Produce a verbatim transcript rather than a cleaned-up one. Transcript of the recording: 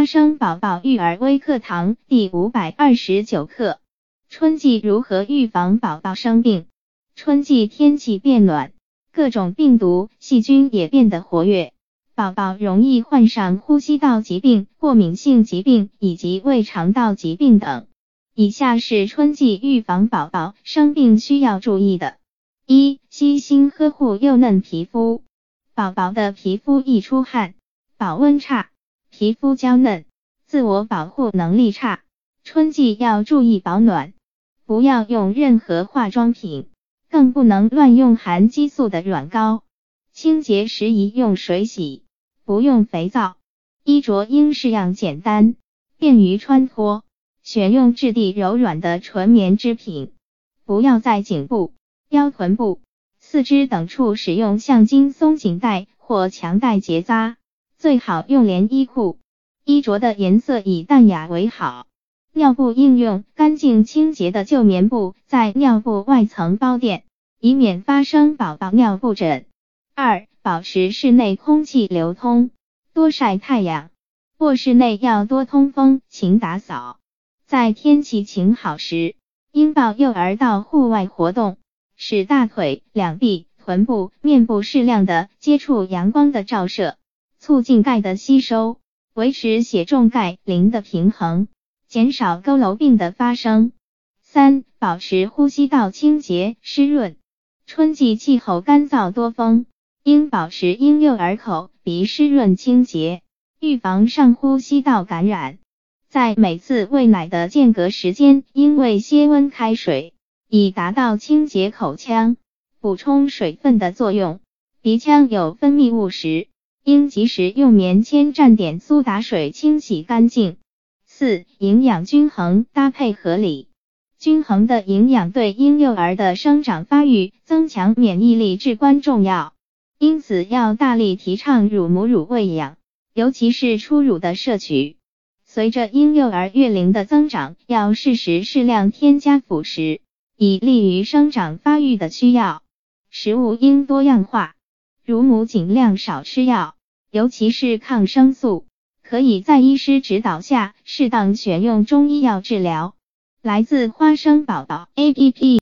花生宝宝育儿微课堂第五百二十九课：春季如何预防宝宝生病？春季天气变暖，各种病毒、细菌也变得活跃，宝宝容易患上呼吸道疾病、过敏性疾病以及胃肠道疾病等。以下是春季预防宝宝生病需要注意的。一、悉心呵护幼嫩皮肤。宝宝的皮肤易出汗、保温差、皮肤娇嫩、自我保护能力差，春季要注意保暖，不要用任何化妆品，更不能乱用含激素的软膏。清洁时宜用水洗，不用肥皂。衣着应式样简单，便于穿脱，选用质地柔软的纯棉织品，不要在颈部、腰臀部、四肢等处使用橡筋松紧带或强带结扎，最好用连衣裤。衣着的颜色以淡雅为好。尿布应用干净清洁的旧棉布在尿布外层包垫，以免发生宝宝尿布疹。二、保持室内空气流通，多晒太阳。卧室内要多通风，勤打扫。在天气晴好时，应抱幼儿到户外活动，使大腿、两臂、臀部、面部适量的接触阳光的照射，促进钙的吸收，维持血中钙磷的平衡，减少佝偻病的发生。三、保持呼吸道清洁湿润。春季气候干燥多风，应保持婴幼儿口鼻湿润清洁，预防上呼吸道感染。在每次喂奶的间隔时间应喂些温开水，以达到清洁口腔、补充水分的作用。鼻腔有分泌物时，应及时用棉签蘸点苏打水清洗干净。四、营养均衡，搭配合理。均衡的营养对婴幼儿的生长发育、增强免疫力至关重要，因此要大力提倡乳母乳喂养，尤其是初乳的摄取。随着婴幼儿月龄的增长，要适时适量添加辅食，以利于生长发育的需要。食物应多样化，乳母尽量少吃药，尤其是抗生素，可以在医师指导下适当选用中医药治疗。来自花生宝宝 A P P。